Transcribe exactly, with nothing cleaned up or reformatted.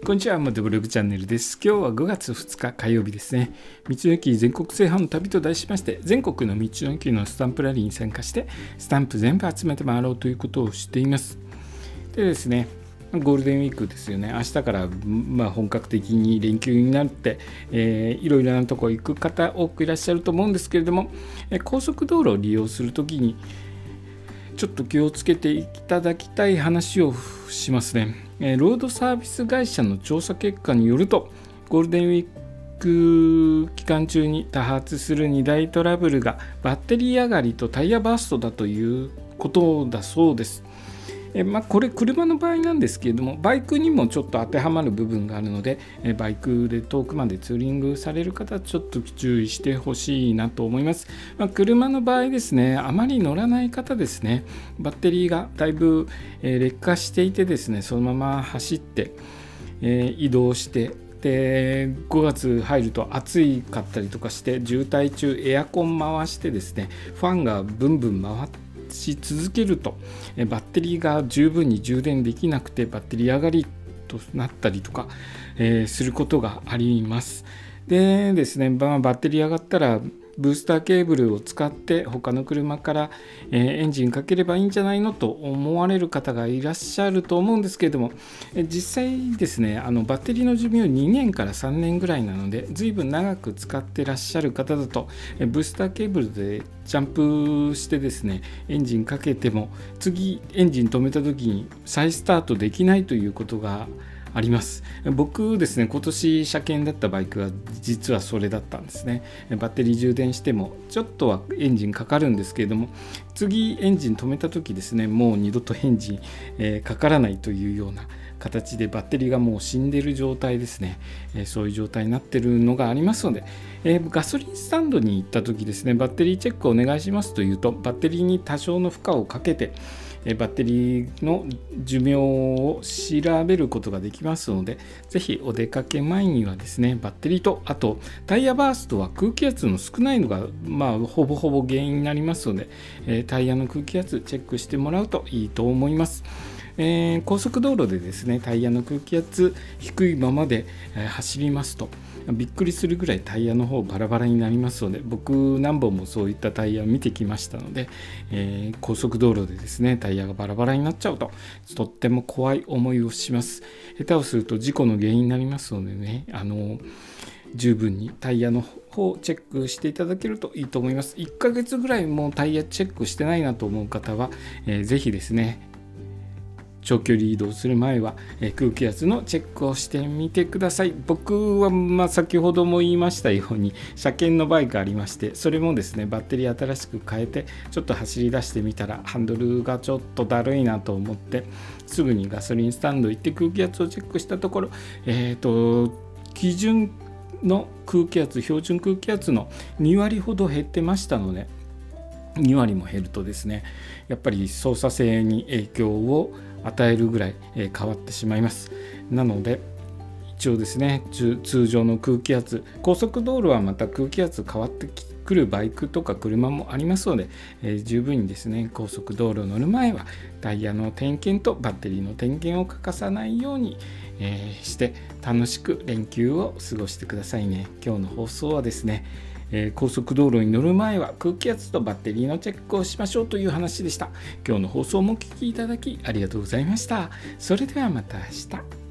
こんにちは、モトブログチャンネルです。今日はごがつふつか火曜日ですね。道の駅全国制覇の旅と題しまして、全国の道の駅のスタンプラリーに参加して、スタンプ全部集めて回ろうということをしています。でですね、ゴールデンウィークですよね。明日から、まあ、本格的に連休になって、えー、いろいろなところ行く方多くいらっしゃると思うんですけれども、え高速道路を利用するときにちょっと気をつけていただきたい話をしますね。えー、ロードサービス会社の調査結果によると、ゴールデンウィーク期間中に多発するに大トラブルがバッテリー上がりとタイヤバーストだということだそうです。えまあ、これ車の場合なんですけれども、バイクにもちょっと当てはまる部分があるので、えバイクで遠くまでツーリングされる方はちょっと注意してほしいなと思います。まあ、車の場合ですね、あまり乗らない方ですね、バッテリーがだいぶ、え劣化していてですね、そのまま走って、え移動してでごがつ入ると暑いかったりとかして、渋滞中エアコン回してですね、ファンがブンブン回ってし続けるとバッテリーが十分に充電できなくてバッテリー上がりとなったりとか、えー、することがあります。でですね、バッテリー上がったらブースターケーブルを使って他の車から、えー、エンジンかければいいんじゃないのと思われる方がいらっしゃると思うんですけれども、えー、実際ですね、あのバッテリーの寿命にねんからさんねんぐらいなので、随分長く使ってらっしゃる方だと、えー、ブースターケーブルでジャンプしてですね、エンジンかけても次エンジン止めた時に再スタートできないということがあります。僕ですね、今年車検だったバイクが実はそれだったんですね。バッテリー充電してもちょっとはエンジンかかるんですけれども、次エンジン止めた時ですね、もう二度とエンジン、えー、かからないというような形でバッテリーがもう死んでいる状態ですね、えー、そういう状態になっているのがありますので、えー、ガソリンスタンドに行った時ですね、バッテリーチェックお願いしますというと、バッテリーに多少の負荷をかけてバッテリーの寿命を調べることができますので、ぜひお出かけ前にはですね、バッテリーとあとタイヤバーストは空気圧の少ないのが、まあ、ほぼほぼ原因になりますので、えー、タイヤの空気圧チェックしてもらうといいと思います。えー、高速道路でですね、タイヤの空気圧低いままで、えー、走りますとびっくりするぐらいタイヤの方バラバラになりますので、僕何本もそういったタイヤを見てきましたので、えー、高速道路でですねタイヤがバラバラになっちゃうととっても怖い思いをします。下手をすると事故の原因になりますのでね、あの十分にタイヤの方をチェックしていただけるといいと思います。いっかげつぐらいもうタイヤチェックしてないなと思う方は、えー、ぜひですね、長距離移動する前は空気圧のチェックをしてみてください。僕はまあ先ほども言いましたように車検のバイクありまして、それもですねバッテリー新しく変えてちょっと走り出してみたらハンドルがちょっとだるいなと思って、すぐにガソリンスタンド行って空気圧をチェックしたところ、えーと基準の空気圧、標準空気圧のにわりほど減ってましたので、にわりも減るとですね、やっぱり操作性に影響を与えるぐらい変わってしまいます。なので一応ですね、通常の空気圧、高速道路はまた空気圧変わってくるバイクとか車もありますので、えー、十分にですね高速道路を乗る前はタイヤの点検とバッテリーの点検を欠かさないように、えー、して楽しく連休を過ごしてくださいね。今日の放送はですね、えー、高速道路に乗る前は空気圧とバッテリーのチェックをしましょうという話でした。今日の放送もお聞きいただきありがとうございました。それではまた明日。